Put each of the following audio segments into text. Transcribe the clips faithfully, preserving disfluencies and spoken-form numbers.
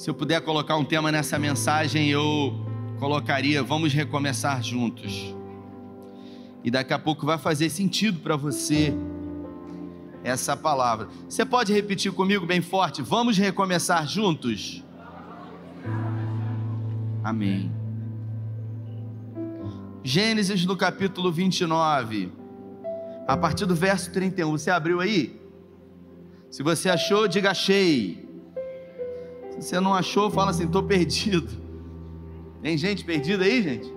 Se eu puder colocar um tema nessa mensagem, eu colocaria: vamos recomeçar juntos. E daqui a pouco vai fazer sentido para você essa palavra. Você pode repetir comigo bem forte: vamos recomeçar juntos? Amém. Gênesis no capítulo vinte e nove, a partir do verso trinta e um. Você abriu aí? Se você achou, diga achei. Se você não achou, fala assim: estou perdido. Tem gente perdida aí, gente?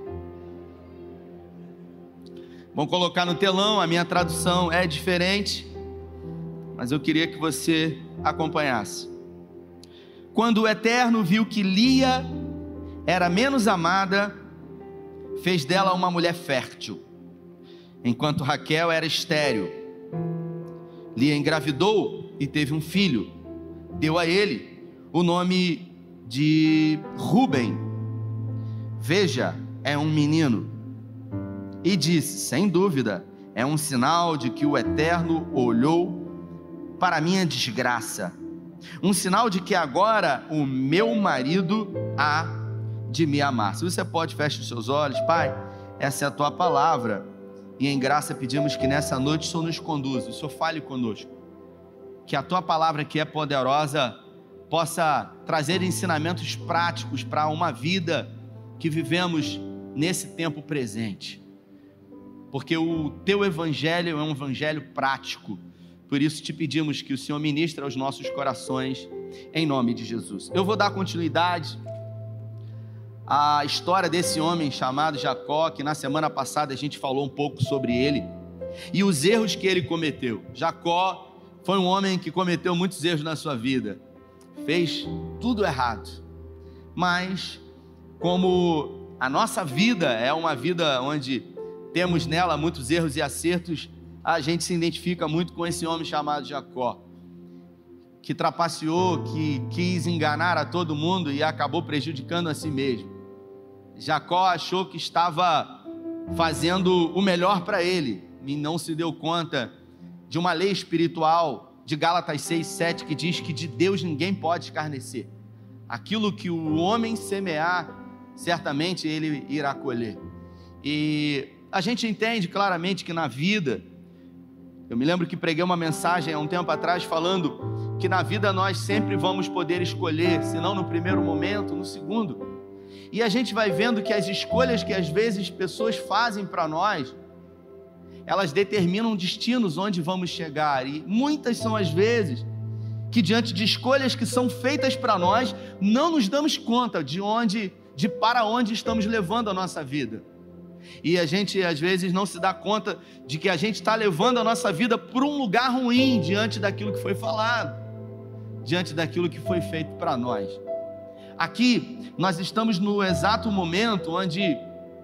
Vamos colocar no telão, a minha tradução é diferente, mas eu queria que você acompanhasse. Quando o Eterno viu que Lia era menos amada, fez dela uma mulher fértil, enquanto Raquel era estéril. Lia engravidou e teve um filho, deu a ele o nome de Ruben. Veja, é um menino. E disse: sem dúvida, é um sinal de que o Eterno olhou para a minha desgraça, um sinal de que agora o meu marido há de me amar. Se você pode, feche os seus olhos. Pai, essa é a tua palavra, e em graça pedimos que nessa noite o Senhor nos conduza, o Senhor fale conosco, que a tua palavra, que é poderosa, possa trazer ensinamentos práticos para uma vida que vivemos nesse tempo presente, porque o teu evangelho é um evangelho prático. Por isso te pedimos que o Senhor ministre aos nossos corações, em nome de Jesus. Eu vou dar continuidade à história desse homem chamado Jacó, que na semana passada a gente falou um pouco sobre ele e os erros que ele cometeu. Jacó foi um homem que cometeu muitos erros na sua vida, fez tudo errado, mas como a nossa vida é uma vida onde temos nela muitos erros e acertos, a gente se identifica muito com esse homem chamado Jacó, que trapaceou, que quis enganar a todo mundo e acabou prejudicando a si mesmo. Jacó achou que estava fazendo o melhor para ele e não se deu conta de uma lei espiritual de Gálatas seis, sete, que diz que de Deus ninguém pode escarnecer. Aquilo que o homem semear, certamente ele irá colher. E a gente entende claramente que na vida, eu me lembro que preguei uma mensagem há um tempo atrás falando que na vida nós sempre vamos poder escolher, se não no primeiro momento, no segundo. E a gente vai vendo que as escolhas que às vezes pessoas fazem para nós, elas determinam destinos onde vamos chegar, e muitas são as vezes que diante de escolhas que são feitas para nós, não nos damos conta de onde, de para onde estamos levando a nossa vida. E a gente às vezes não se dá conta de que a gente está levando a nossa vida por um lugar ruim, diante daquilo que foi falado, diante daquilo que foi feito para nós. Aqui nós estamos no exato momento onde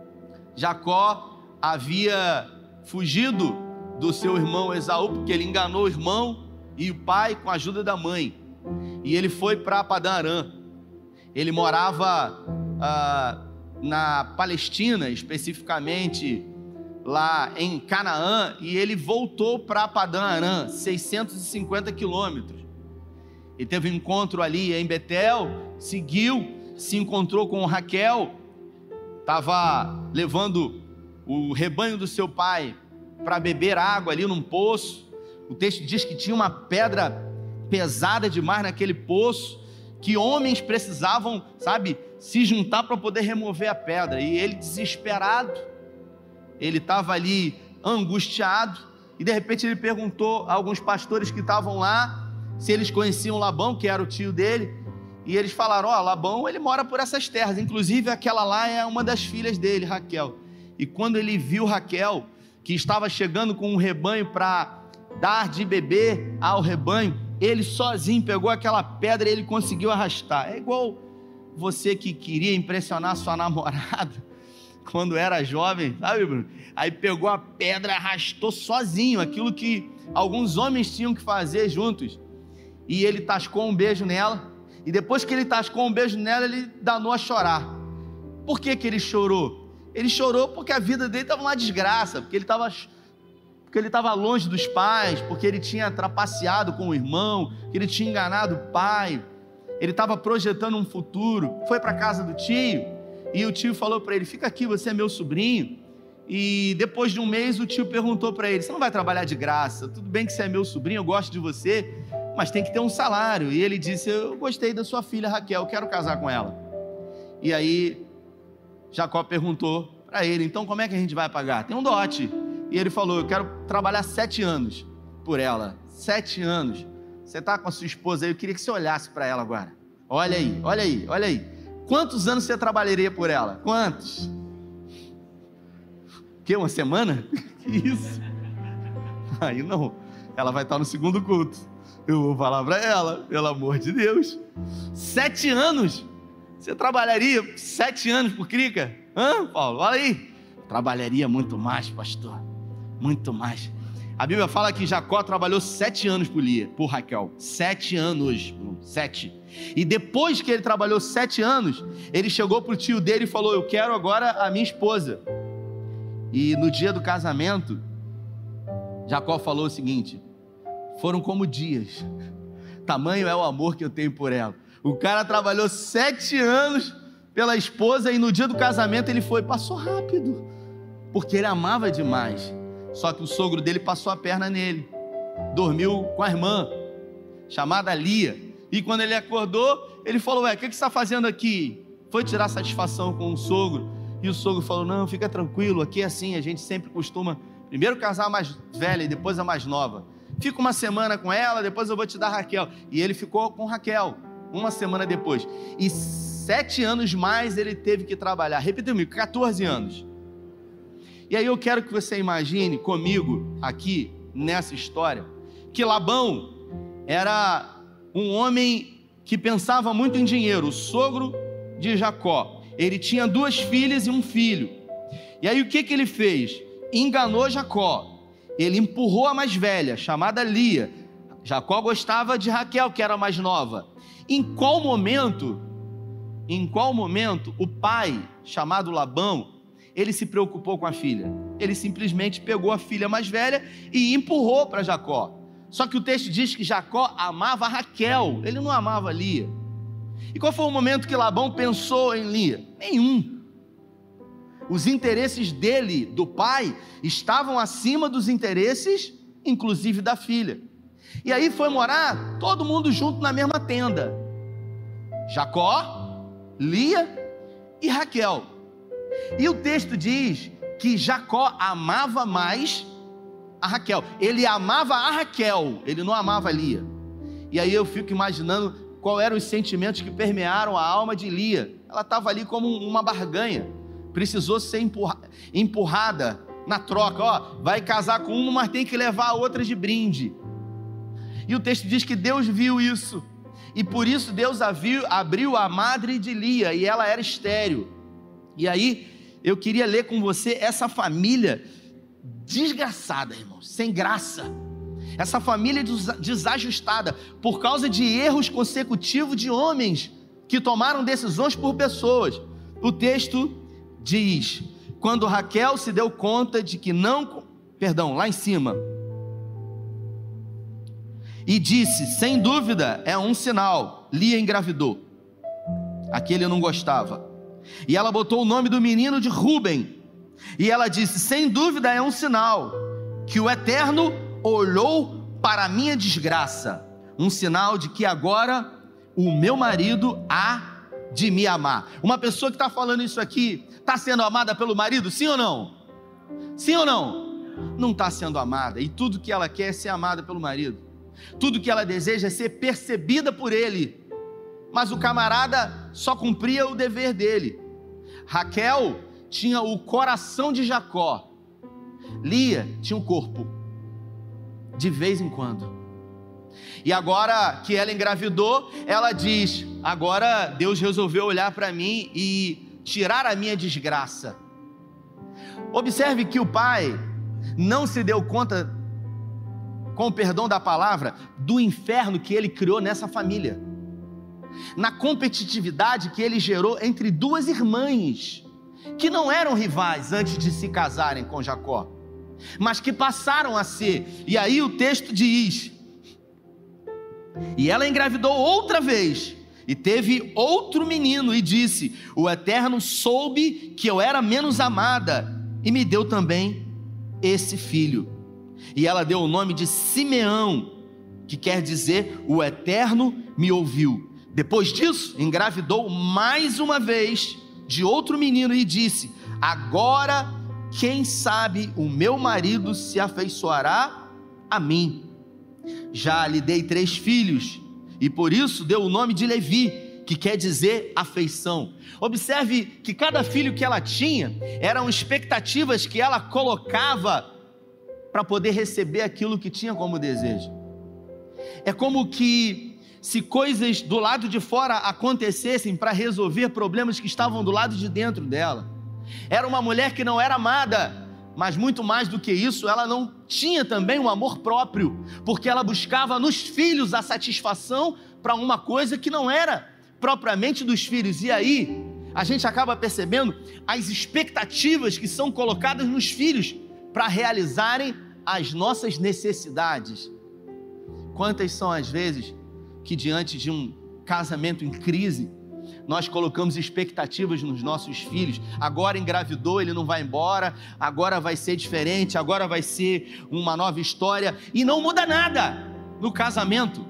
Jacó havia fugido do seu irmão Esaú, porque ele enganou o irmão e o pai com a ajuda da mãe, e ele foi para Padã Arã. Ele morava ah, na Palestina, especificamente lá em Canaã, e ele voltou para Padã Arã, seiscentos e cinquenta quilômetros. Ele teve um encontro ali em Betel, seguiu, se encontrou com Raquel, estava levando o rebanho do seu pai para beber água ali num poço. O texto diz que tinha uma pedra pesada demais naquele poço, que homens precisavam, sabe, se juntar para poder remover a pedra. E ele, desesperado, ele estava ali angustiado, e de repente ele perguntou a alguns pastores que estavam lá se eles conheciam Labão, que era o tio dele, e eles falaram: ó, oh, Labão, ele mora por essas terras, inclusive aquela lá é uma das filhas dele, Raquel. E quando ele viu Raquel, que estava chegando com um rebanho para dar de beber ao rebanho, ele sozinho pegou aquela pedra e ele conseguiu arrastar. É igual você que queria impressionar sua namorada quando era jovem, sabe, Bruno? Aí pegou a pedra, arrastou sozinho, aquilo que alguns homens tinham que fazer juntos, e ele tascou um beijo nela, e depois que ele tascou um beijo nela, ele danou a chorar. Por que que ele chorou? Ele chorou porque a vida dele estava uma desgraça, porque ele estava porque ele estava longe dos pais, porque ele tinha trapaceado com o irmão, que ele tinha enganado o pai. ele estava projetando um futuro, foi para a casa do tio, e o tio falou para ele, fica aqui, você é meu sobrinho. E depois de um mês o tio perguntou para ele, você não vai trabalhar de graça? Tudo bem que você é meu sobrinho, eu gosto de você, mas tem que ter um salário. E ele disse, eu gostei da sua filha Raquel, eu quero casar com ela. E aí Jacó perguntou para ele, então como é que a gente vai pagar? Tem um dote. E ele falou, eu quero trabalhar sete anos por ela. Sete anos. Você está com a sua esposa aí, eu queria que você olhasse para ela agora. Olha aí, olha aí, olha aí. Quantos anos você trabalharia por ela? Quantos? Que, uma semana? Que isso? Aí não, ela vai estar no segundo culto. Eu vou falar para ela, pelo amor de Deus. Sete anos? Você trabalharia sete anos por Crica? Hã, Paulo? Olha aí. Trabalharia muito mais, pastor. Muito mais. A Bíblia fala que Jacó trabalhou sete anos por Lia, por Raquel. Sete anos. Sete. E depois que ele trabalhou sete anos, ele chegou para o tio dele e falou, eu quero agora a minha esposa. E no dia do casamento, Jacó falou o seguinte, foram como dias, tamanho é o amor que eu tenho por ela. O cara trabalhou sete anos pela esposa e no dia do casamento ele foi, passou rápido, porque ele amava demais. Só que o sogro dele passou a perna nele, dormiu com a irmã, chamada Lia. E quando ele acordou, ele falou, ué, o que você está fazendo aqui? Foi tirar satisfação com o sogro. E o sogro falou, não, fica tranquilo, aqui é assim, a gente sempre costuma primeiro casar a mais velha e depois a mais nova. Fica uma semana com ela, depois eu vou te dar Raquel. E ele ficou com Raquel, uma semana depois. E sete anos mais ele teve que trabalhar. Repita comigo, quatorze anos. E aí eu quero que você imagine comigo aqui, nessa história, que Labão era um homem que pensava muito em dinheiro, o sogro de Jacó. Ele tinha duas filhas e um filho. E aí o que que ele fez? Enganou Jacó. Ele empurrou a mais velha, chamada Lia. Jacó gostava de Raquel, que era a mais nova. Em qual momento, em qual momento o pai, chamado Labão, ele se preocupou com a filha? Ele simplesmente pegou a filha mais velha e empurrou para Jacó. Só que o texto diz que Jacó amava a Raquel, ele não amava a Lia. E qual foi o momento que Labão pensou em Lia? Nenhum. Os interesses dele, do pai, estavam acima dos interesses, inclusive da filha. E aí foi morar todo mundo junto na mesma tenda. Jacó, Lia e Raquel. E o texto diz que Jacó amava mais a Raquel. Ele amava a Raquel, ele não amava a Lia. E aí eu fico imaginando qual eram os sentimentos que permearam a alma de Lia. Ela estava ali como uma barganha, precisou ser empurra, empurrada na troca. Ó, vai casar com uma, mas tem que levar a outra de brinde. E o texto diz que Deus viu isso, e por isso Deus abriu, abriu a madre de Lia, e ela era estéril. E aí eu queria ler com você essa família desgraçada, irmãos, sem graça. Essa família desajustada, por causa de erros consecutivos de homens que tomaram decisões por pessoas. O texto diz, quando Raquel se deu conta de que não, perdão, lá em cima, e disse, sem dúvida é um sinal, Lia engravidou. Aquele eu não gostava. E ela botou o nome do menino de Rúben. E ela disse, sem dúvida é um sinal, que o Eterno olhou para a minha desgraça, um sinal de que agora o meu marido há de me amar. Uma pessoa que está falando isso aqui, está sendo amada pelo marido, sim ou não? Sim ou não? Não está sendo amada, e tudo que ela quer é ser amada pelo marido, tudo que ela deseja é ser percebida por ele, mas o camarada só cumpria o dever dele. Raquel tinha o coração de Jacó, Lia tinha o corpo, de vez em quando. E agora que ela engravidou, ela diz, agora Deus resolveu olhar para mim e tirar a minha desgraça. Observe que o pai não se deu conta, com o perdão da palavra, do inferno que ele criou nessa família, na competitividade que ele gerou entre duas irmãs, que não eram rivais antes de se casarem com Jacó, mas que passaram a ser. E aí o texto diz, e ela engravidou outra vez, E teve outro menino e disse: o Eterno soube que eu era menos amada e me deu também esse filho. E ela deu o nome de Simeão, que quer dizer: o Eterno me ouviu. Depois disso, engravidou mais uma vez de outro menino e disse: agora, quem sabe, o meu marido se afeiçoará a mim. Já lhe dei três filhos, e por isso deu o nome de Levi, que quer dizer afeição. Observe que cada filho que ela tinha eram expectativas que ela colocava para poder receber aquilo que tinha como desejo. É como que se coisas do lado de fora acontecessem para resolver problemas que estavam do lado de dentro dela. Era uma mulher que não era amada, mas muito mais do que isso, ela não tinha também um amor próprio, porque ela buscava nos filhos a satisfação para uma coisa que não era propriamente dos filhos. E aí, a gente acaba percebendo as expectativas que são colocadas nos filhos para realizarem as nossas necessidades. Quantas são as vezes que diante de um casamento em crise, nós colocamos expectativas nos nossos filhos? Agora engravidou, ele não vai embora, agora vai ser diferente, agora vai ser uma nova história, e não muda nada no casamento.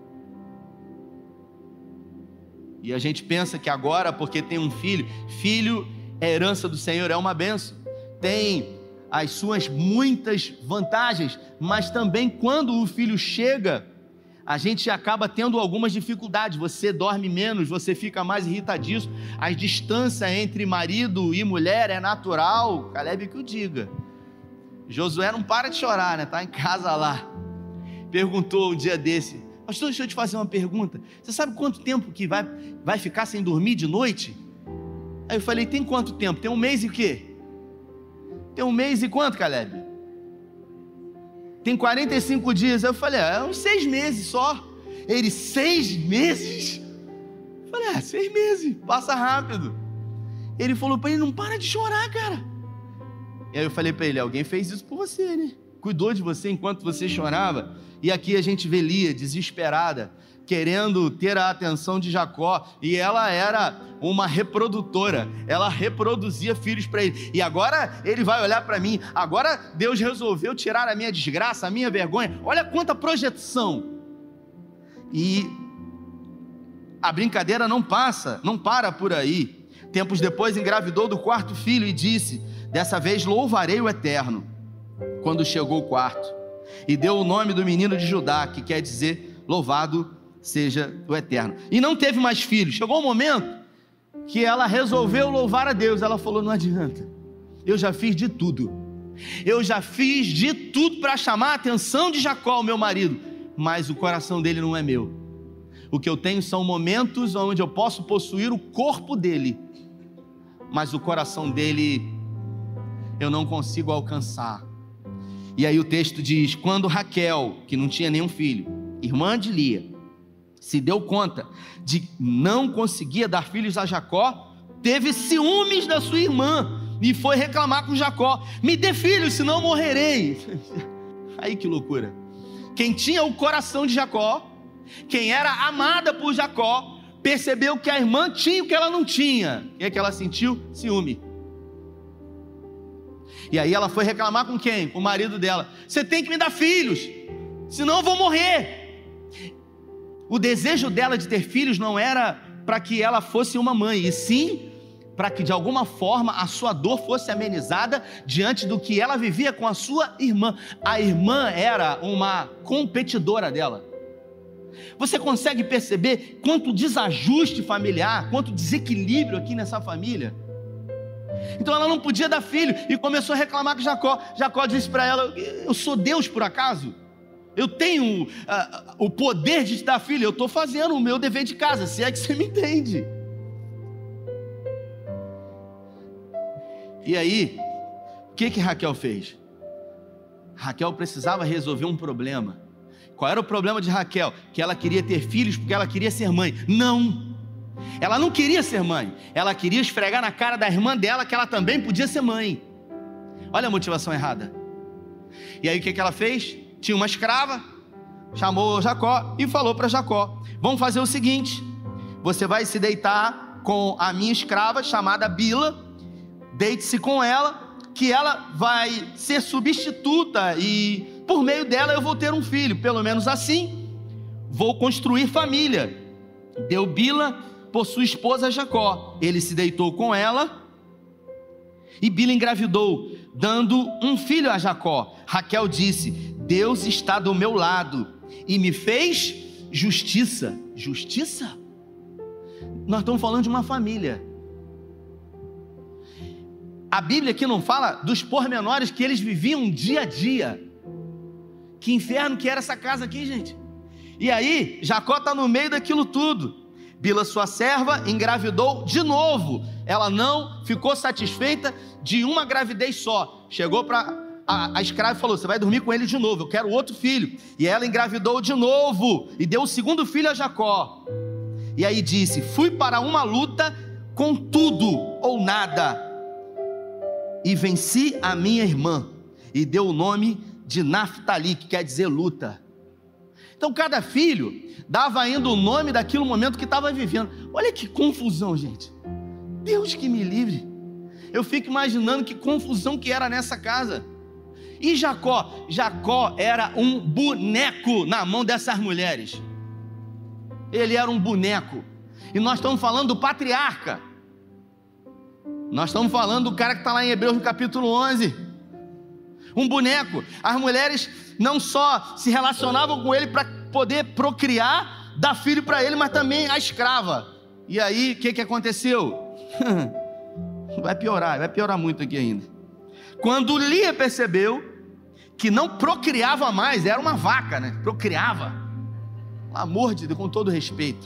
E a gente pensa que agora, porque tem um filho, filho é herança do Senhor, é uma bênção, tem as suas muitas vantagens, mas também quando o filho chega, a gente acaba tendo algumas dificuldades. Você dorme menos, você fica mais irritadiço, a distância entre marido e mulher é natural, Caleb que o diga. Josué não para de chorar, né? Tá em casa lá, perguntou um dia desse: pastor, deixa eu te fazer uma pergunta, você sabe quanto tempo que vai, vai ficar sem dormir de noite? Aí eu falei: tem quanto tempo? Tem um mês e o quê? Tem um mês e quanto, Caleb? Tem quarenta e cinco dias. Eu falei: é uns seis meses só. Ele: seis meses? Eu falei: é, seis meses, passa rápido. Ele falou para ele: não para de chorar, cara. E aí eu falei para ele: alguém fez isso por você, né? Cuidou de você enquanto você chorava. E aqui a gente vê Lia desesperada, querendo ter a atenção de Jacó, e ela era uma reprodutora, ela reproduzia filhos para ele, e agora ele vai olhar para mim, agora Deus resolveu tirar a minha desgraça, a minha vergonha, olha quanta projeção. E a brincadeira não passa, não para por aí. Tempos depois engravidou do quarto filho e disse: dessa vez louvarei o Eterno. Quando chegou o quarto, e deu o nome do menino de Judá, que quer dizer louvado seja o Eterno. E não teve mais filhos. Chegou um momento que ela resolveu louvar a Deus. Ela falou: não adianta, eu já fiz de tudo, eu já fiz de tudo para chamar a atenção de Jacó, meu marido, mas o coração dele não é meu. O que eu tenho são momentos onde eu posso possuir o corpo dele, mas o coração dele eu não consigo alcançar. E aí o texto diz: quando Raquel, que não tinha nenhum filho, irmã de Lia, se deu conta de que não conseguia dar filhos a Jacó, teve ciúmes da sua irmã e foi reclamar com Jacó: me dê filhos, senão morrerei. Aí que loucura. Quem tinha o coração de Jacó, quem era amada por Jacó, percebeu que a irmã tinha o que ela não tinha. E é que ela sentiu ciúme. E aí ela foi reclamar com quem? Com o marido dela: você tem que me dar filhos, senão eu vou morrer. O desejo dela de ter filhos não era para que ela fosse uma mãe, e sim para que de alguma forma a sua dor fosse amenizada diante do que ela vivia com a sua irmã. A irmã era uma competidora dela. Você consegue perceber quanto desajuste familiar, quanto desequilíbrio aqui nessa família? Então ela não podia dar filho e começou a reclamar com Jacó. Jacó disse para ela: eu sou Deus por acaso? Eu tenho uh, o poder de te dar filho, eu estou fazendo o meu dever de casa, se é que você me entende. E aí, o que que Raquel fez? Raquel precisava resolver um problema. Qual era o problema de Raquel? Que ela queria ter filhos porque ela queria ser mãe. Não, ela não queria ser mãe, ela queria esfregar na cara da irmã dela que ela também podia ser mãe. Olha a motivação errada. E aí o que que ela fez? Tinha uma escrava, chamou Jacó e falou para Jacó: vamos fazer o seguinte, você vai se deitar com a minha escrava chamada Bila, deite-se com ela, que ela vai ser substituta e por meio dela eu vou ter um filho, pelo menos assim, vou construir família. Deu Bila por sua esposa Jacó, ele se deitou com ela e Bila engravidou, dando um filho a Jacó. Raquel disse: Deus está do meu lado e me fez justiça. Justiça? Nós estamos falando de uma família. A Bíblia aqui não fala dos pormenores que eles viviam dia a dia. Que inferno que era essa casa aqui, gente. E aí, Jacó está no meio daquilo tudo. Bila, sua serva, engravidou de novo. Ela não ficou satisfeita de uma gravidez só. Chegou para a, a escrava e falou: você vai dormir com ele de novo, eu quero outro filho. E ela engravidou de novo e deu o segundo filho a Jacó. E aí disse: fui para uma luta com tudo ou nada e venci a minha irmã. E deu o nome de Naftali, que quer dizer luta. Então cada filho dava ainda o nome daquele momento que estava vivendo. Olha que confusão, gente. Deus que me livre. Eu fico imaginando que confusão que era nessa casa. E Jacó? Jacó era um boneco na mão dessas mulheres. Ele era um boneco. E nós estamos falando do patriarca. Nós estamos falando do cara que está lá em Hebreus no capítulo onze. Um boneco. As mulheres não só se relacionavam com ele para poder procriar, dar filho para ele, mas também a escrava. E aí, o que, que aconteceu? Vai piorar, vai piorar muito aqui ainda. Quando Lia percebeu que não procriava mais, era uma vaca, né? Procriava. Pelo amor de Deus, com todo respeito.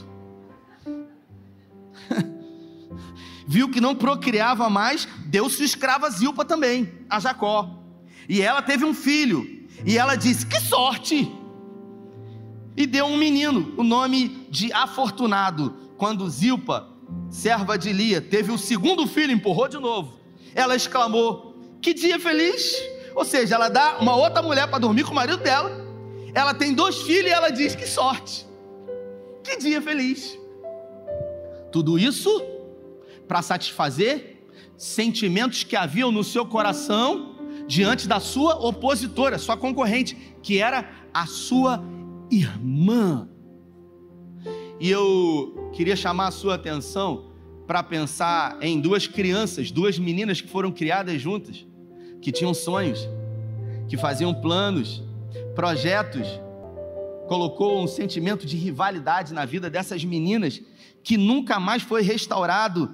Viu que não procriava mais, deu sua escrava Zilpa também, a Jacó. E ela teve um filho. E ela disse: que sorte! E deu um menino, o nome de Afortunado. Quando Zilpa, serva de Lia, teve o segundo filho, empurrou de novo. Ela exclamou: que dia feliz! Ou seja, ela dá uma outra mulher para dormir com o marido dela. Ela tem dois filhos e ela diz: que sorte! Que dia feliz! Tudo isso para satisfazer sentimentos que haviam no seu coração diante da sua opositora, sua concorrente, que era a sua irmã. E eu queria chamar a sua atenção para pensar em duas crianças, duas meninas que foram criadas juntas, que tinham sonhos, que faziam planos, projetos. Colocou um sentimento de rivalidade na vida dessas meninas, que nunca mais foi restaurado.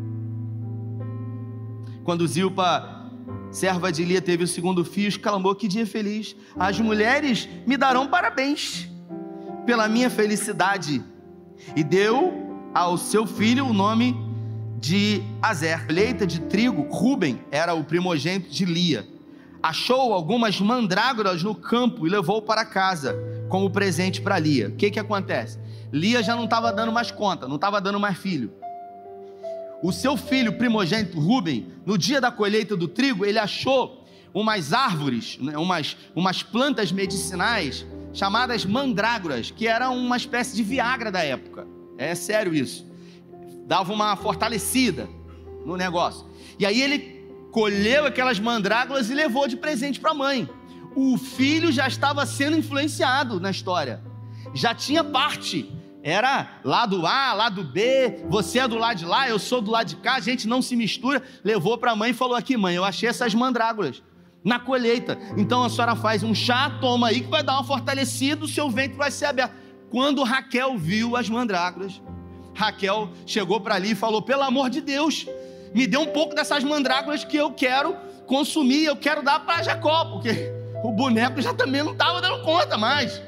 Quando Zilpa, serva de Lia, teve o segundo filho, exclamou: que dia feliz! As mulheres me darão parabéns pela minha felicidade. E deu ao seu filho o nome de Azer. Colheita de trigo, Ruben era o primogênito de Lia. Achou algumas mandrágoras no campo e levou para casa como presente para Lia. O que que acontece? Lia já não estava dando mais conta, não estava dando mais filho. O seu filho primogênito, Ruben, no dia da colheita do trigo, ele achou umas árvores, umas, umas plantas medicinais chamadas mandrágoras, que eram uma espécie de Viagra da época. É sério isso. Dava uma fortalecida no negócio. E aí ele colheu aquelas mandrágoras e levou de presente para a mãe. O filho já estava sendo influenciado na história. Já tinha parte. Era lado A, lado B, você é do lado de lá, eu sou do lado de cá, a gente não se mistura. Levou para a mãe e falou: aqui, mãe, eu achei essas mandrágoras na colheita. Então a senhora faz um chá, toma aí que vai dar uma fortalecida, o seu ventre vai ser aberto. Quando Raquel viu as mandrágoras, Raquel chegou para ali e falou: pelo amor de Deus, me dê um pouco dessas mandrágoras que eu quero consumir, eu quero dar para Jacó, porque o boneco já também não estava dando conta mais.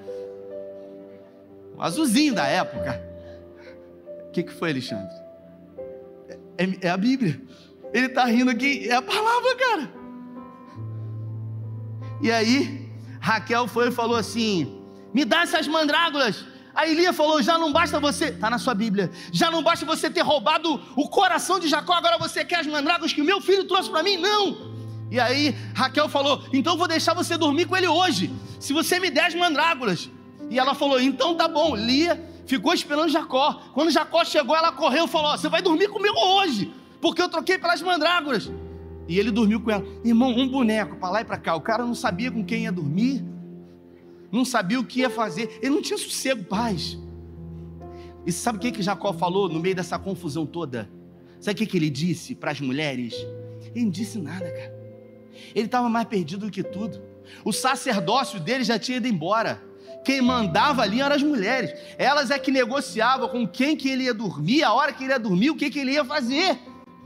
O azulzinho da época. O que, que foi, Alexandre? É, é a Bíblia. Ele está rindo aqui, é a palavra, cara. E aí, Raquel foi e falou assim: me dá essas mandrágoras. Aí Lia falou: já não basta você, está na sua Bíblia, já não basta você ter roubado o coração de Jacó, agora você quer as mandrágoras que o meu filho trouxe para mim? Não. E aí Raquel falou: então vou deixar você dormir com ele hoje, se você me der as mandrágoras. E ela falou: então tá bom. Lia ficou esperando Jacó. Quando Jacó chegou, ela correu e falou: você vai dormir comigo hoje, porque eu troquei pelas mandrágoras. E ele dormiu com ela. Irmão, um boneco para lá e para cá. O cara não sabia com quem ia dormir, não sabia o que ia fazer, ele não tinha sossego, paz. E sabe o que que Jacó falou no meio dessa confusão toda? Sabe o que que ele disse para as mulheres? Ele não disse nada, cara. Ele estava mais perdido do que tudo. O sacerdócio dele já tinha ido embora. Quem mandava ali eram as mulheres. Elas é que negociavam com quem que ele ia dormir, a hora que ele ia dormir, o que que ele ia fazer.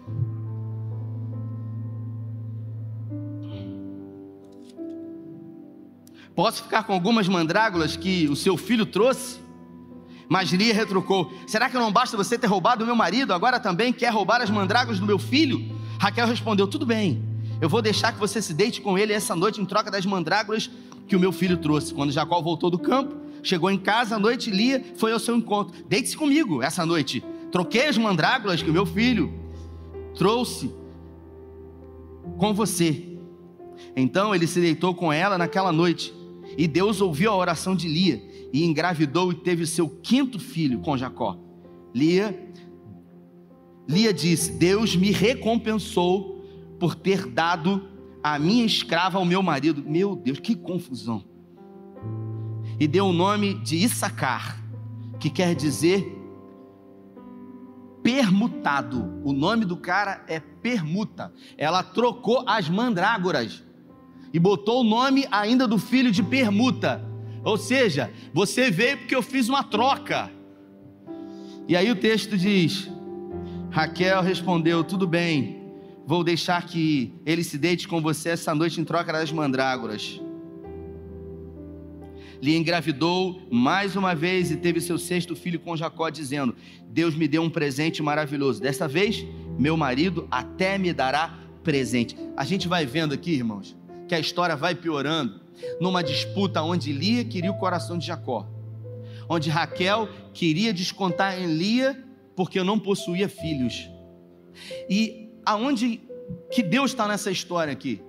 Posso ficar com algumas mandrágoras que o seu filho trouxe? Mas Lia retrucou: será que não basta você ter roubado o meu marido, agora também quer roubar as mandrágoras do meu filho? Raquel respondeu: tudo bem, eu vou deixar que você se deite com ele essa noite em troca das mandrágoras que o meu filho trouxe. Quando Jacó voltou do campo, chegou em casa à noite, Lia foi ao seu encontro. Deite-se comigo essa noite. Troquei as mandrágoras que o meu filho trouxe com você. Então ele se deitou com ela naquela noite, e Deus ouviu a oração de Lia, e engravidou e teve o seu quinto filho com Jacó. Lia, Lia disse: Deus me recompensou por ter dado a minha escrava ao meu marido. Meu Deus, que confusão. E deu o nome de Issacar, que quer dizer permutado. O nome do cara é permuta. Ela trocou as mandrágoras e botou o nome ainda do filho de permuta. Ou seja, você veio porque eu fiz uma troca. E aí o texto diz: Raquel respondeu: tudo bem, vou deixar que ele se deite com você essa noite em troca das mandrágoras. Lia engravidou mais uma vez e teve seu sexto filho com Jacó, dizendo: Deus me deu um presente maravilhoso. Desta vez, meu marido até me dará presente. A gente vai vendo aqui, irmãos, que a história vai piorando numa disputa onde Lia queria o coração de Jacó, onde Raquel queria descontar em Lia porque não possuía filhos. E aonde que Deus está nessa história aqui?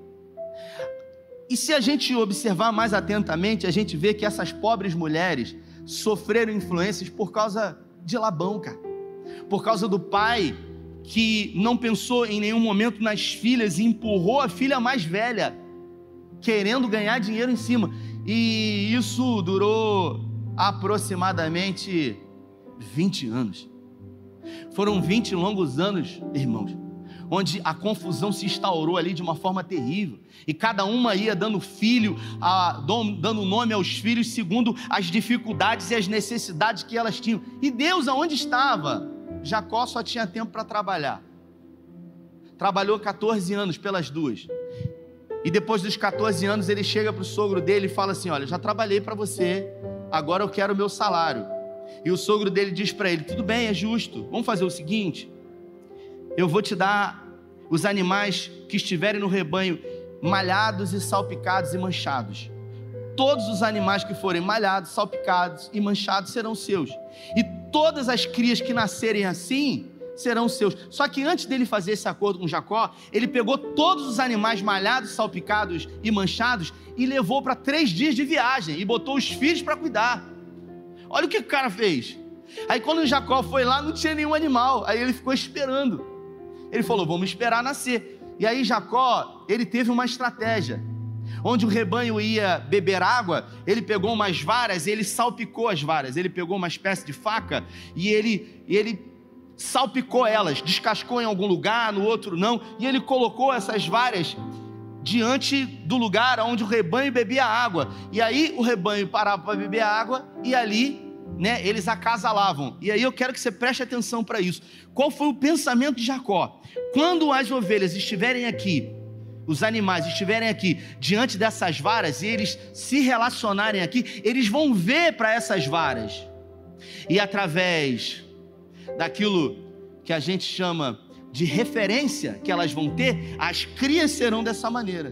E se a gente observar mais atentamente, a gente vê que essas pobres mulheres sofreram influências por causa de Labão, cara. Por causa do pai que não pensou em nenhum momento nas filhas e empurrou a filha mais velha, querendo ganhar dinheiro em cima. E isso durou aproximadamente vinte anos. Foram vinte longos anos, irmãos, onde a confusão se instaurou ali de uma forma terrível, e cada uma ia dando filho, a, dando nome aos filhos segundo as dificuldades e as necessidades que elas tinham. E Deus aonde estava? Jacó só tinha tempo para trabalhar. Trabalhou catorze anos pelas duas, e depois dos catorze anos ele chega para o sogro dele e fala assim: olha, já trabalhei para você, agora eu quero o meu salário. E o sogro dele diz para ele: tudo bem, é justo, vamos fazer o seguinte, eu vou te dar os animais que estiverem no rebanho malhados e salpicados e manchados. Todos os animais que forem malhados, salpicados e manchados serão seus, e todas as crias que nascerem assim serão seus. Só que antes dele fazer esse acordo com Jacó, ele pegou todos os animais malhados, salpicados e manchados e levou para três dias de viagem e botou os filhos para cuidar. Olha o que o cara fez. Aí quando Jacó foi lá, não tinha nenhum animal, aí ele ficou esperando. Ele falou: vamos esperar nascer. E aí Jacó, ele teve uma estratégia. Onde o rebanho ia beber água, ele pegou umas varas e ele salpicou as varas. Ele pegou uma espécie de faca e ele, e ele salpicou elas, descascou em algum lugar, no outro não, e ele colocou essas varas diante do lugar onde o rebanho bebia água. E aí o rebanho parava para beber água e ali, né, eles acasalavam. E aí eu quero que você preste atenção para isso. Qual foi o pensamento de Jacó? Quando as ovelhas estiverem aqui, os animais estiverem aqui diante dessas varas e eles se relacionarem aqui, eles vão ver para essas varas, e através daquilo que a gente chama de referência que elas vão ter, as crias serão dessa maneira.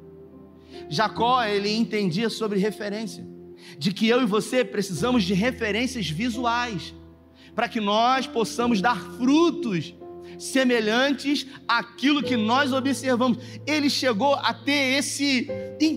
Jacó, ele entendia sobre referência, de que eu e você precisamos de referências visuais, para que nós possamos dar frutos semelhantes àquilo que nós observamos. Ele chegou a ter esse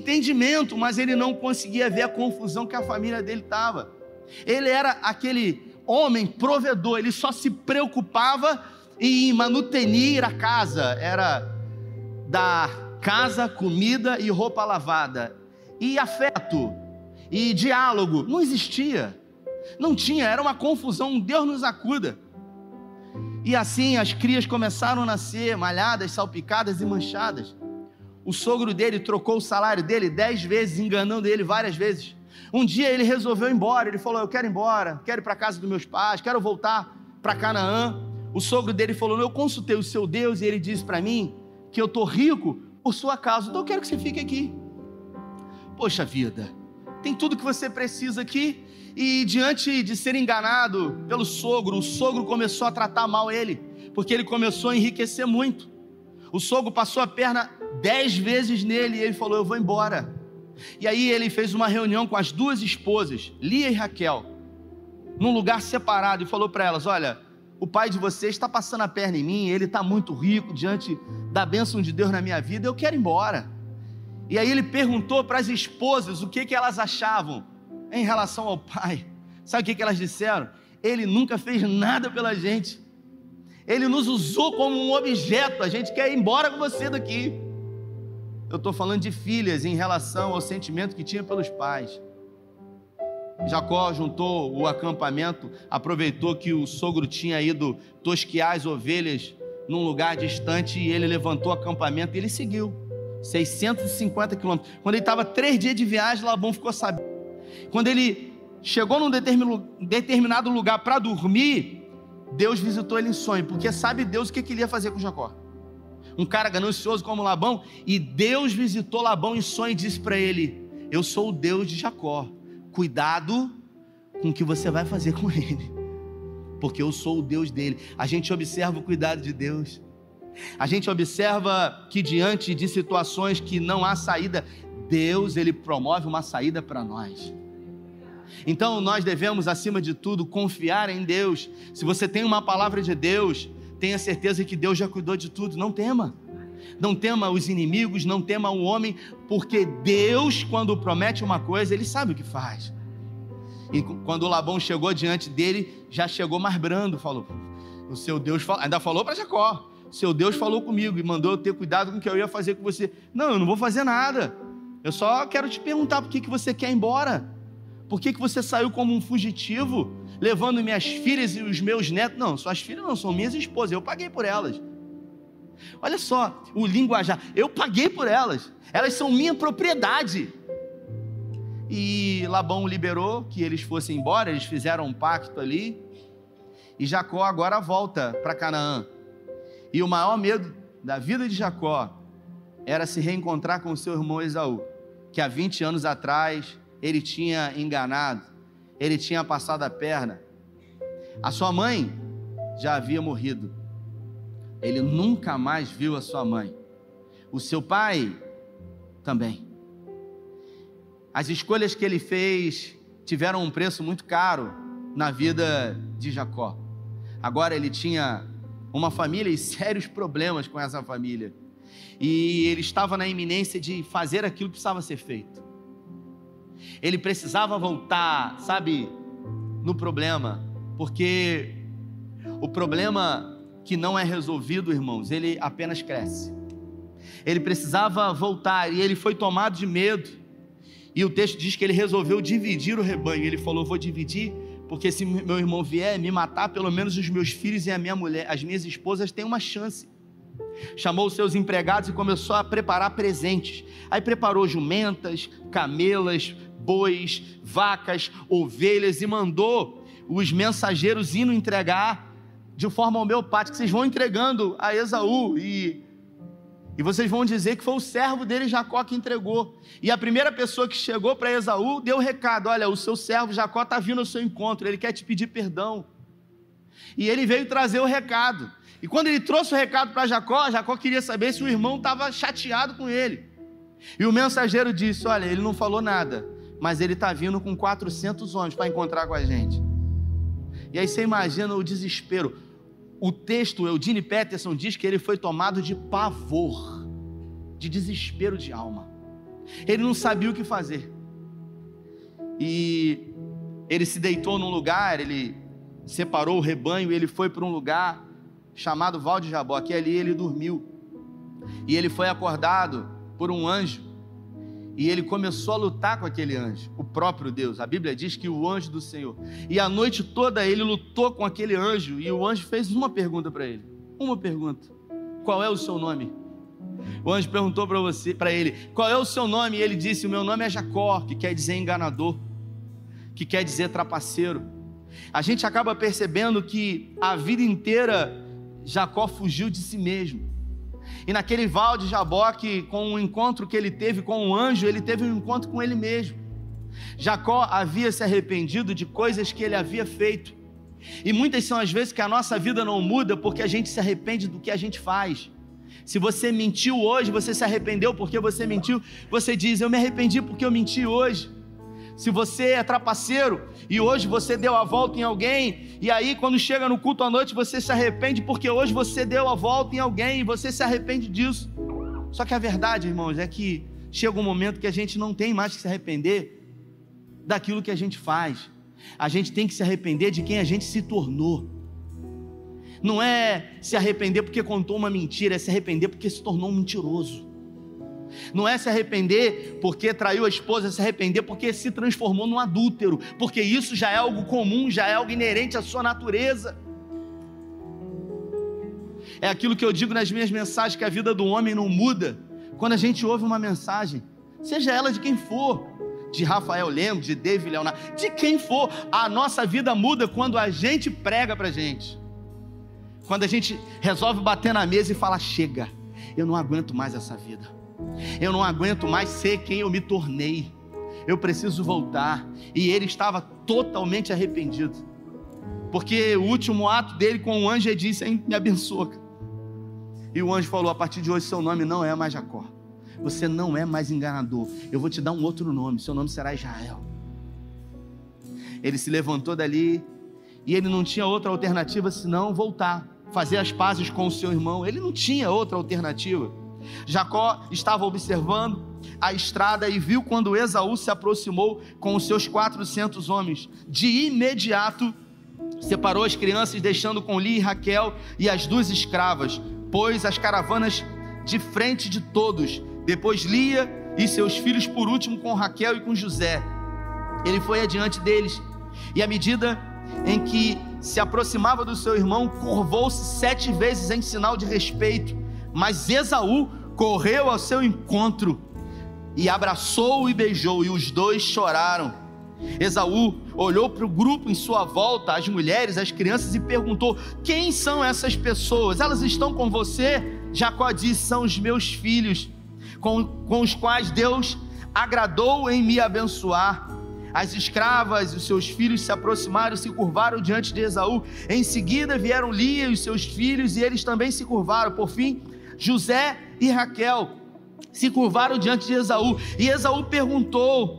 entendimento, mas ele não conseguia ver a confusão que a família dele estava. Ele era aquele homem provedor, ele só se preocupava em manutenir a casa, era dar casa, comida e roupa lavada, e afeto, e diálogo, não existia, não tinha, era uma confusão, Deus nos acuda. E assim as crias começaram a nascer malhadas, salpicadas e manchadas. O sogro dele trocou o salário dele dez vezes, enganando ele várias vezes. Um dia ele resolveu ir embora, ele falou, eu quero ir embora, quero ir para a casa dos meus pais, quero voltar para Canaã. O sogro dele falou, eu consultei o seu Deus e ele disse para mim que eu estou rico por sua causa, então eu quero que você fique aqui. Poxa vida, tem tudo que você precisa aqui. E diante de ser enganado pelo sogro, o sogro começou a tratar mal ele, porque ele começou a enriquecer muito. O sogro passou a perna dez vezes nele e ele falou, eu vou embora. E aí ele fez uma reunião com as duas esposas, Lia e Raquel, num lugar separado, e falou para elas, olha, o pai de vocês está passando a perna em mim, ele está muito rico diante da bênção de Deus na minha vida, eu quero ir embora. E aí ele perguntou para as esposas o que, que elas achavam em relação ao pai. Sabe o que, que elas disseram? Ele nunca fez nada pela gente, ele nos usou como um objeto, a gente quer ir embora com você daqui. Eu estou falando de filhas em relação ao sentimento que tinha pelos pais. Jacó juntou o acampamento, aproveitou que o sogro tinha ido tosquear as ovelhas num lugar distante e ele levantou o acampamento e ele seguiu seiscentos e cinquenta quilômetros. Quando ele estava três dias de viagem, Labão ficou sabendo. Quando ele chegou num determinado lugar para dormir, Deus visitou ele em sonho, porque sabe Deus o que ele ia fazer com Jacó. Um cara ganancioso como Labão, e Deus visitou Labão em sonho e disse para ele, eu sou o Deus de Jacó, cuidado com o que você vai fazer com ele, porque eu sou o Deus dele. A gente observa o cuidado de Deus, a gente observa que diante de situações que não há saída, Deus ele promove uma saída para nós. Então nós devemos acima de tudo confiar em Deus. Se você tem uma palavra de Deus, tenha certeza que Deus já cuidou de tudo, não tema. Não tema os inimigos, não tema o homem, porque Deus, quando promete uma coisa, Ele sabe o que faz. E quando o Labão chegou diante dele, já chegou mais brando, falou, o seu Deus, fal... ainda falou para Jacó, seu Deus falou comigo e mandou eu ter cuidado com o que eu ia fazer com você. Não, eu não vou fazer nada, eu só quero te perguntar por que, que você quer ir embora, por que, que você saiu como um fugitivo, levando minhas filhas e os meus netos. Não, suas filhas não, são minhas esposas, eu paguei por elas. Olha só o linguajar, eu paguei por elas, elas são minha propriedade. E Labão liberou que eles fossem embora, eles fizeram um pacto ali, e Jacó agora volta para Canaã. E o maior medo da vida de Jacó era se reencontrar com o seu irmão Esaú, que há vinte anos atrás ele tinha enganado, ele tinha passado a perna. A sua mãe já havia morrido, ele nunca mais viu a sua mãe, o seu pai também. As escolhas que ele fez tiveram um preço muito caro na vida de Jacó. Agora ele tinha uma família e sérios problemas com essa família, e ele estava na iminência de fazer aquilo que precisava ser feito. Ele precisava voltar, sabe, no problema, porque o problema que não é resolvido, irmãos, ele apenas cresce. Ele precisava voltar e ele foi tomado de medo, e o texto diz que ele resolveu dividir o rebanho. Ele falou, vou dividir, porque se meu irmão vier me matar, pelo menos os meus filhos e a minha mulher, as minhas esposas têm uma chance. Chamou os seus empregados e começou a preparar presentes. Aí preparou jumentas, camelas, bois, vacas, ovelhas, e mandou os mensageiros indo entregar de forma homeopática. Vocês vão entregando a Esaú e, e vocês vão dizer que foi o servo dele Jacó que entregou. E a primeira pessoa que chegou para Esaú deu o recado, olha, o seu servo Jacó está vindo ao seu encontro, ele quer te pedir perdão. E ele veio trazer o recado, e quando ele trouxe o recado para Jacó, Jacó queria saber se o irmão estava chateado com ele. E o mensageiro disse, olha, ele não falou nada, mas ele está vindo com quatrocentos homens para encontrar com a gente. E aí você imagina o desespero. O texto, Eugene Peterson diz que ele foi tomado de pavor, de desespero de alma. Ele não sabia o que fazer. E ele se deitou num lugar, ele separou o rebanho e ele foi para um lugar chamado Val de Jaboque, e ali ele dormiu. E ele foi acordado por um anjo, e ele começou a lutar com aquele anjo, o próprio Deus. A Bíblia diz que o anjo do Senhor. E a noite toda ele lutou com aquele anjo, e o anjo fez uma pergunta para ele. Uma pergunta: qual é o seu nome? O anjo perguntou para você, para ele, qual é o seu nome? E ele disse: o meu nome é Jacó, que quer dizer enganador, que quer dizer trapaceiro. A gente acaba percebendo que a vida inteira Jacó fugiu de si mesmo. E naquele val de Jaboque, com o encontro que ele teve com o anjo, ele teve um encontro com ele mesmo. Jacó havia se arrependido de coisas que ele havia feito. E muitas são as vezes que a nossa vida não muda porque a gente se arrepende do que a gente faz. Se você mentiu hoje, você se arrependeu porque você mentiu, você diz: eu me arrependi porque eu menti hoje. Se você é trapaceiro e hoje você deu a volta em alguém, e aí quando chega no culto à noite você se arrepende porque hoje você deu a volta em alguém e você se arrepende disso. Só que a verdade, irmãos, é que chega um momento que a gente não tem mais que se arrepender daquilo que a gente faz. A gente tem que se arrepender de quem a gente se tornou. Não é se arrepender porque contou uma mentira, é se arrepender porque se tornou um mentiroso. Não é se arrepender porque traiu a esposa, é se arrepender porque se transformou num adúltero, porque isso já é algo comum, já é algo inerente à sua natureza. É aquilo que eu digo nas minhas mensagens, que a vida do homem não muda quando a gente ouve uma mensagem, seja ela de quem for, de Rafael Lemos, de David Leonardo, de quem for. A nossa vida muda quando a gente prega pra gente, quando a gente resolve bater na mesa e fala: chega, eu não aguento mais essa vida, eu não aguento mais ser quem eu me tornei, eu preciso voltar. E ele estava totalmente arrependido, porque o último ato dele com o anjo, ele disse: hein, me abençoa. E o anjo falou: a partir de hoje seu nome não é mais Jacó, você não é mais enganador, eu vou te dar um outro nome, seu nome será Israel. Ele se levantou dali e ele não tinha outra alternativa senão voltar, fazer as pazes com o seu irmão. Ele não tinha outra alternativa. Jacó estava observando a estrada e viu quando Esaú se aproximou com os seus quatrocentos homens. De imediato separou as crianças, deixando com Lia e Raquel e as duas escravas, pôs as caravanas de frente de todos, depois Lia e seus filhos por último, com Raquel e com José. Ele foi adiante deles, e à medida em que se aproximava do seu irmão, curvou-se sete vezes em sinal de respeito. Mas Esaú correu ao seu encontro e abraçou-o e beijou, e os dois choraram. Esaú olhou para o grupo em sua volta, as mulheres, as crianças, e perguntou: quem são essas pessoas? Elas estão com você? Jacó disse: são os meus filhos, com, com os quais Deus agradou em me abençoar. As escravas e os seus filhos se aproximaram e se curvaram diante de Esaú. Em seguida vieram Lia e os seus filhos, e eles também se curvaram. Por fim, José e Raquel se curvaram diante de Esaú. E Esaú perguntou: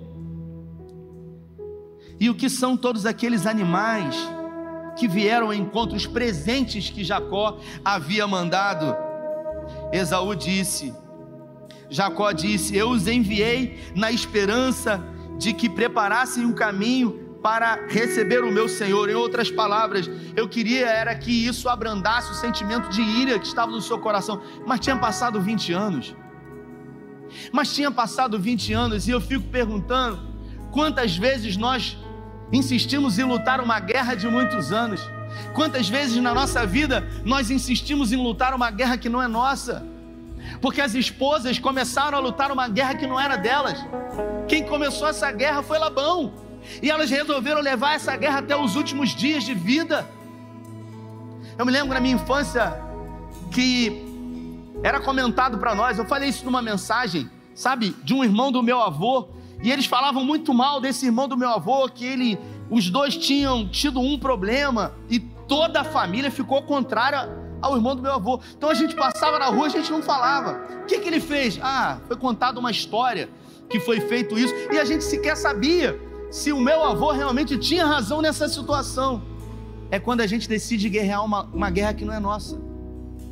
e o que são todos aqueles animais que vieram ao encontro, os presentes que Jacó havia mandado? Esaú disse, Jacó disse: eu os enviei na esperança de que preparassem um caminho para receber o meu Senhor. Em outras palavras, eu queria era que isso abrandasse o sentimento de ira que estava no seu coração. Mas tinha passado vinte anos. Mas tinha passado vinte anos, e eu fico perguntando: quantas vezes nós insistimos em lutar uma guerra de muitos anos? Quantas vezes na nossa vida nós insistimos em lutar uma guerra que não é nossa? Porque as esposas começaram a lutar uma guerra que não era delas. Quem começou essa guerra foi Labão, e elas resolveram levar essa guerra até os últimos dias de vida. Eu me lembro na minha infância que era comentado para nós, eu falei isso numa mensagem, sabe, de um irmão do meu avô, e eles falavam muito mal desse irmão do meu avô, que ele, os dois tinham tido um problema, e toda a família ficou contrária ao irmão do meu avô. Então a gente passava na rua, a gente não falava. O que que ele fez? Ah, foi contada uma história que foi feito isso, e a gente sequer sabia se o meu avô realmente tinha razão nessa situação. É quando a gente decide guerrear uma, uma guerra que não é nossa.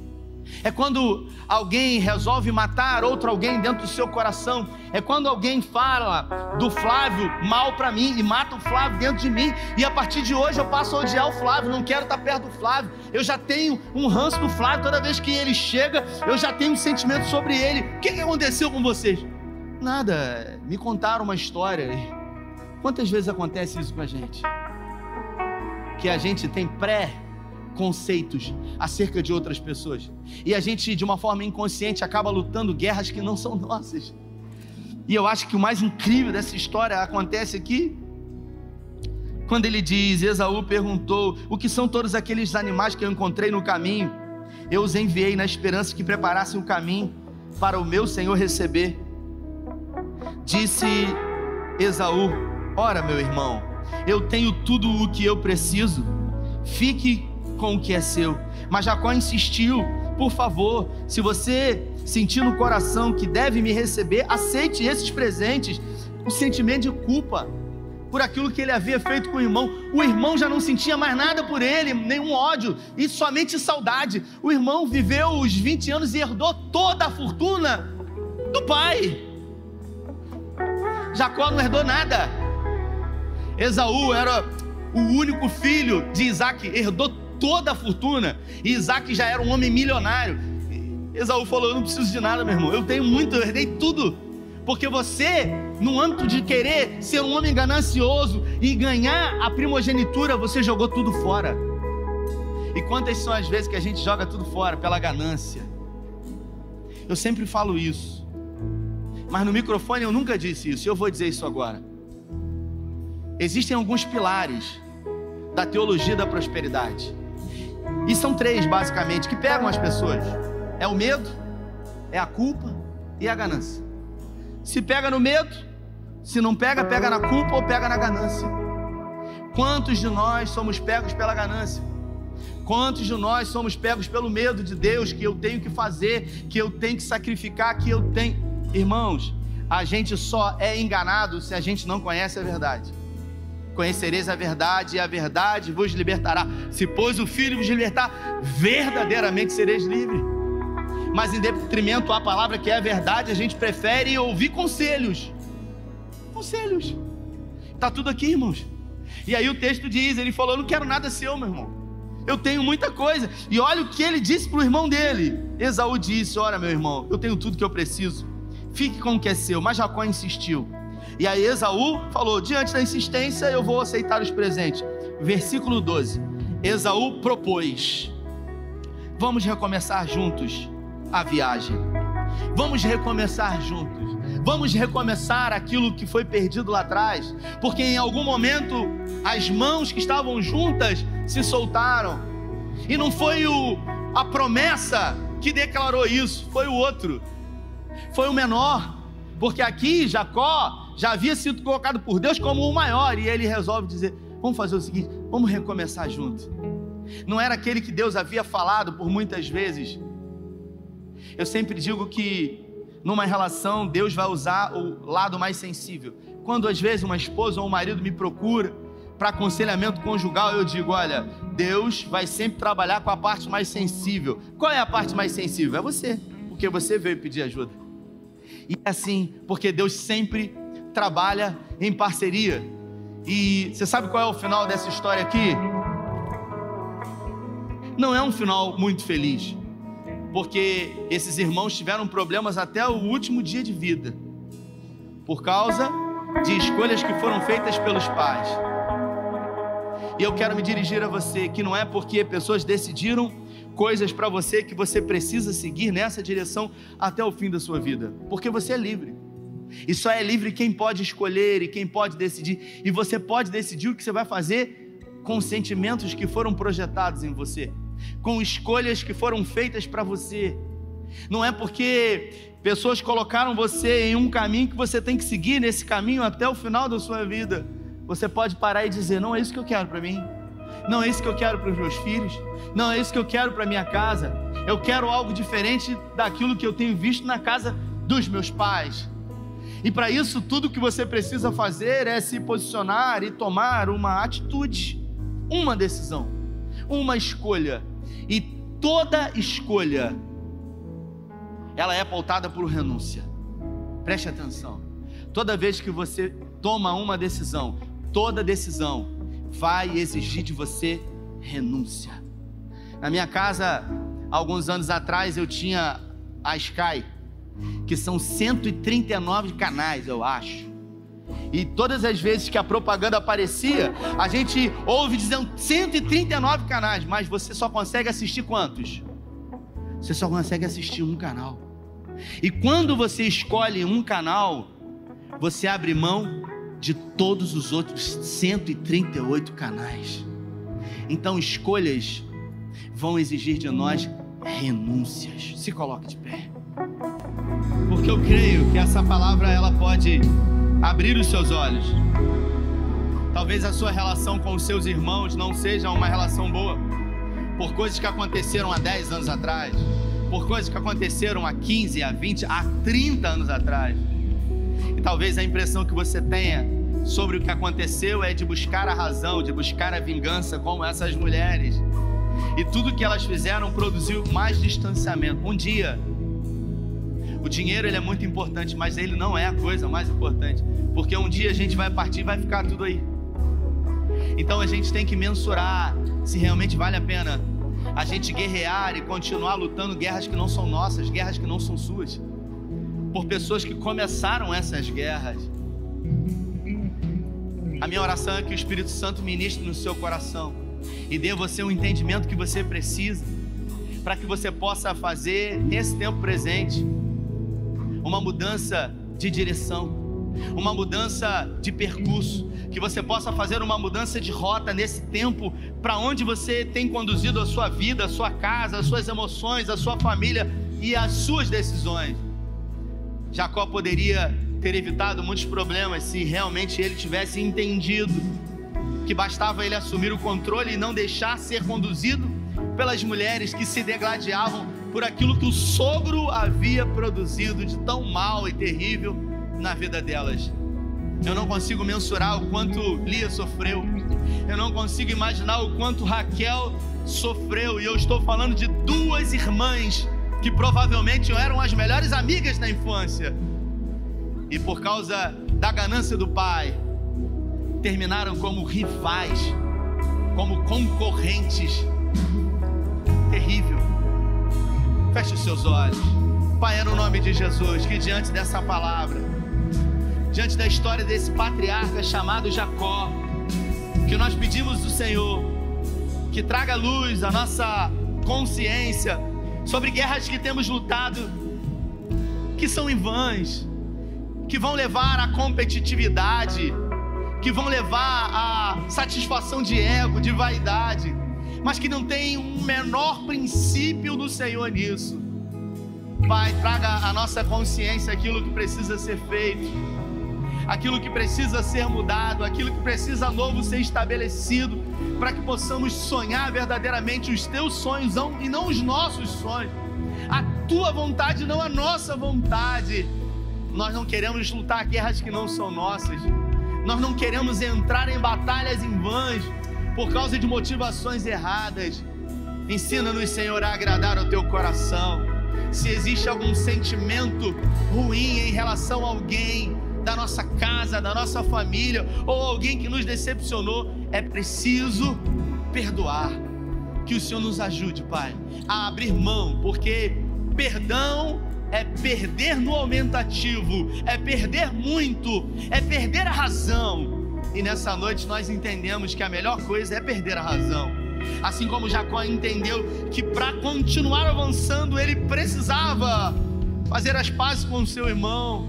É quando alguém resolve matar outro alguém dentro do seu coração. É quando alguém fala do Flávio mal para mim e mata o Flávio dentro de mim. E a partir de hoje eu passo a odiar o Flávio, não quero estar perto do Flávio. Eu já tenho um ranço do Flávio, toda vez que ele chega, eu já tenho um sentimento sobre ele. O que aconteceu com vocês? Nada, me contaram uma história. Quantas vezes acontece isso com a gente? Que a gente tem pré conceitos acerca de outras pessoas, e a gente, de uma forma inconsciente, acaba lutando guerras que não são nossas. E eu acho que o mais incrível dessa história acontece aqui, quando ele diz: Esaú perguntou: o que são todos aqueles animais que eu encontrei no caminho? Eu os enviei na esperança que preparassem o caminho para o meu senhor receber. Disse Esaú: ora, meu irmão, eu tenho tudo o que eu preciso, fique com o que é seu. Mas Jacó insistiu: por favor, se você sentir no coração que deve me receber, aceite esses presentes. O sentimento de culpa por aquilo que ele havia feito com o irmão. O irmão já não sentia mais nada por ele, nenhum ódio, e somente saudade. O irmão viveu os vinte anos e herdou toda a fortuna do pai. Jacó não herdou nada. Esaú era o único filho de Isaac, herdou toda a fortuna, e Isaac já era um homem milionário. Esaú falou: eu não preciso de nada, meu irmão, eu tenho muito, eu herdei tudo. Porque você, no âmbito de querer ser um homem ganancioso e ganhar a primogenitura, você jogou tudo fora. E quantas são as vezes que a gente joga tudo fora pela ganância? Eu sempre falo isso, mas no microfone eu nunca disse isso, e eu vou dizer isso agora. Existem alguns pilares da teologia da prosperidade, e são três basicamente, que pegam as pessoas: é o medo, é a culpa e a ganância. Se pega no medo, se não pega, pega na culpa ou pega na ganância. Quantos de nós somos pegos pela ganância? Quantos de nós somos pegos pelo medo de Deus, que eu tenho que fazer, que eu tenho que sacrificar, que eu tenho... Irmãos, a gente só é enganado se a gente não conhece a verdade. Conhecereis a verdade, e a verdade vos libertará. Se pois o Filho vos libertar, verdadeiramente sereis livres. Mas em detrimento à palavra que é a verdade, a gente prefere ouvir conselhos. Conselhos. Está tudo aqui, irmãos. E aí o texto diz, ele falou: eu não quero nada seu, meu irmão, eu tenho muita coisa. E olha o que ele disse para o irmão dele. Esaú disse: ora, meu irmão, eu tenho tudo que eu preciso, fique com o que é seu. Mas Jacó insistiu. E aí Esaú falou: diante da insistência, eu vou aceitar os presentes. Versículo doze. Esaú propôs: vamos recomeçar juntos a viagem. Vamos recomeçar juntos. Vamos recomeçar aquilo que foi perdido lá atrás. Porque em algum momento as mãos que estavam juntas se soltaram. E não foi o, a promessa que declarou isso, foi o outro. Foi o menor. Porque aqui Jacó já havia sido colocado por Deus como o maior, e ele resolve dizer: vamos fazer o seguinte, vamos recomeçar junto. Não era aquele que Deus havia falado por muitas vezes. Eu sempre digo que numa relação Deus vai usar o lado mais sensível. Quando às vezes uma esposa ou um marido me procura para aconselhamento conjugal, eu digo: olha, Deus vai sempre trabalhar com a parte mais sensível. Qual é a parte mais sensível? É você, porque você veio pedir ajuda. E é assim, porque Deus sempre trabalha em parceria. E você sabe qual é o final dessa história aqui? Não é um final muito feliz, porque esses irmãos tiveram problemas até o último dia de vida, por causa de escolhas que foram feitas pelos pais. E eu quero me dirigir a você, que não é porque pessoas decidiram coisas para você que você precisa seguir nessa direção até o fim da sua vida, porque você é livre. E só é livre quem pode escolher e quem pode decidir. E você pode decidir o que você vai fazer com sentimentos que foram projetados em você, com escolhas que foram feitas para você. Não é porque pessoas colocaram você em um caminho que você tem que seguir nesse caminho até o final da sua vida. Você pode parar e dizer: não é isso que eu quero para mim, não é isso que eu quero para os meus filhos, não é isso que eu quero para minha casa. Eu quero algo diferente daquilo que eu tenho visto na casa dos meus pais. E para isso, tudo que você precisa fazer é se posicionar e tomar uma atitude, uma decisão, uma escolha. E toda escolha ela é pautada por renúncia. Preste atenção. Toda vez que você toma uma decisão, toda decisão vai exigir de você renúncia. Na minha casa, alguns anos atrás, eu tinha a Sky, que são cento e trinta e nove canais, eu acho. E todas as vezes que a propaganda aparecia, a gente ouve dizendo cento e trinta e nove canais, mas você só consegue assistir quantos? Você só consegue assistir um canal. E quando você escolhe um canal, você abre mão de todos os outros cento e trinta e oito canais. Então escolhas vão exigir de nós renúncias. Se coloque de pé. Porque eu creio que essa palavra ela pode abrir os seus olhos. Talvez a sua relação com os seus irmãos não seja uma relação boa, por coisas que aconteceram há dez anos atrás, por coisas que aconteceram há quinze, há vinte, há trinta anos atrás. E talvez a impressão que você tenha sobre o que aconteceu é de buscar a razão, de buscar a vingança, como essas mulheres. E tudo que elas fizeram produziu mais distanciamento. Um dia, o dinheiro ele é muito importante, mas ele não é a coisa mais importante, porque um dia a gente vai partir e vai ficar tudo aí. Então a gente tem que mensurar se realmente vale a pena a gente guerrear e continuar lutando guerras que não são nossas, guerras que não são suas, por pessoas que começaram essas guerras. A minha oração é que o Espírito Santo ministre no seu coração e dê a você o entendimento que você precisa, para que você possa fazer nesse tempo presente uma mudança de direção, uma mudança de percurso, que você possa fazer uma mudança de rota nesse tempo, para onde você tem conduzido a sua vida, a sua casa, as suas emoções, a sua família e as suas decisões. Jacó poderia ter evitado muitos problemas se realmente ele tivesse entendido que bastava ele assumir o controle e não deixar ser conduzido pelas mulheres que se degladiavam por aquilo que o sogro havia produzido de tão mal e terrível na vida delas. Eu não consigo mensurar o quanto Lia sofreu, eu não consigo imaginar o quanto Raquel sofreu, e eu estou falando de duas irmãs que provavelmente eram as melhores amigas na infância, e por causa da ganância do pai, terminaram como rivais, como concorrentes. Terrível. Feche os seus olhos. Pai, é no nome de Jesus que diante dessa palavra, diante da história desse patriarca chamado Jacó, que nós pedimos do Senhor que traga luz à nossa consciência sobre guerras que temos lutado, que são em vãs, que vão levar à competitividade, que vão levar à satisfação de ego, de vaidade, mas que não tem um menor princípio do Senhor nisso. Pai, traga à nossa consciência aquilo que precisa ser feito, aquilo que precisa ser mudado, aquilo que precisa novo ser estabelecido, para que possamos sonhar verdadeiramente os teus sonhos e não os nossos sonhos, a tua vontade, não a nossa vontade. Nós não queremos lutar guerras que não são nossas, nós não queremos entrar em batalhas em vãs por causa de motivações erradas. Ensina-nos, Senhor, a agradar ao teu coração. Se existe algum sentimento ruim em relação a alguém da nossa casa, da nossa família, ou alguém que nos decepcionou, é preciso perdoar. Que o Senhor nos ajude, Pai, a abrir mão, porque perdão é perder no aumentativo, é perder muito, é perder a razão. E nessa noite nós entendemos que a melhor coisa é perder a razão. Assim como Jacó entendeu que para continuar avançando ele precisava fazer as pazes com o seu irmão.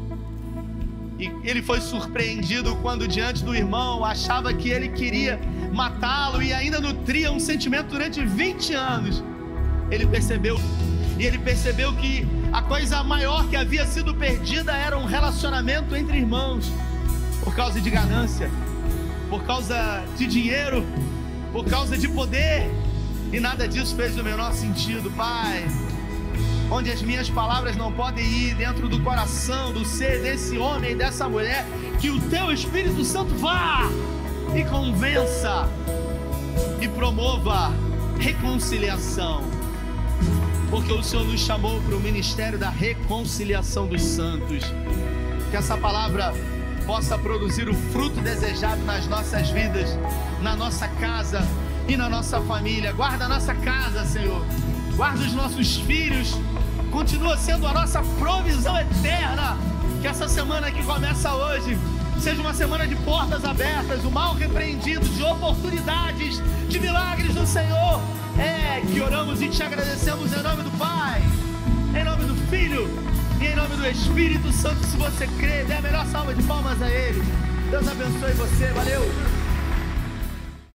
E ele foi surpreendido quando diante do irmão achava que ele queria matá-lo e ainda nutria um sentimento durante vinte anos. Ele percebeu, e ele percebeu que a coisa maior que havia sido perdida era um relacionamento entre irmãos, por causa de ganância, por causa de dinheiro, por causa de poder, e nada disso fez o menor sentido. Pai, onde as minhas palavras não podem ir dentro do coração, do ser desse homem e dessa mulher, que o teu Espírito Santo vá e convença e promova reconciliação, porque o Senhor nos chamou para o ministério da reconciliação dos santos. Que essa palavra possa produzir o fruto desejado nas nossas vidas, na nossa casa e na nossa família. Guarda a nossa casa, Senhor. Guarda os nossos filhos. Continua sendo a nossa provisão eterna. Que essa semana que começa hoje seja uma semana de portas abertas, o mal repreendido, de oportunidades, de milagres do Senhor. É que oramos e te agradecemos em nome do Pai, em nome do Filho e em nome do Espírito Santo. Se você crê, dê a melhor salva de palmas a Ele. Deus abençoe você, valeu!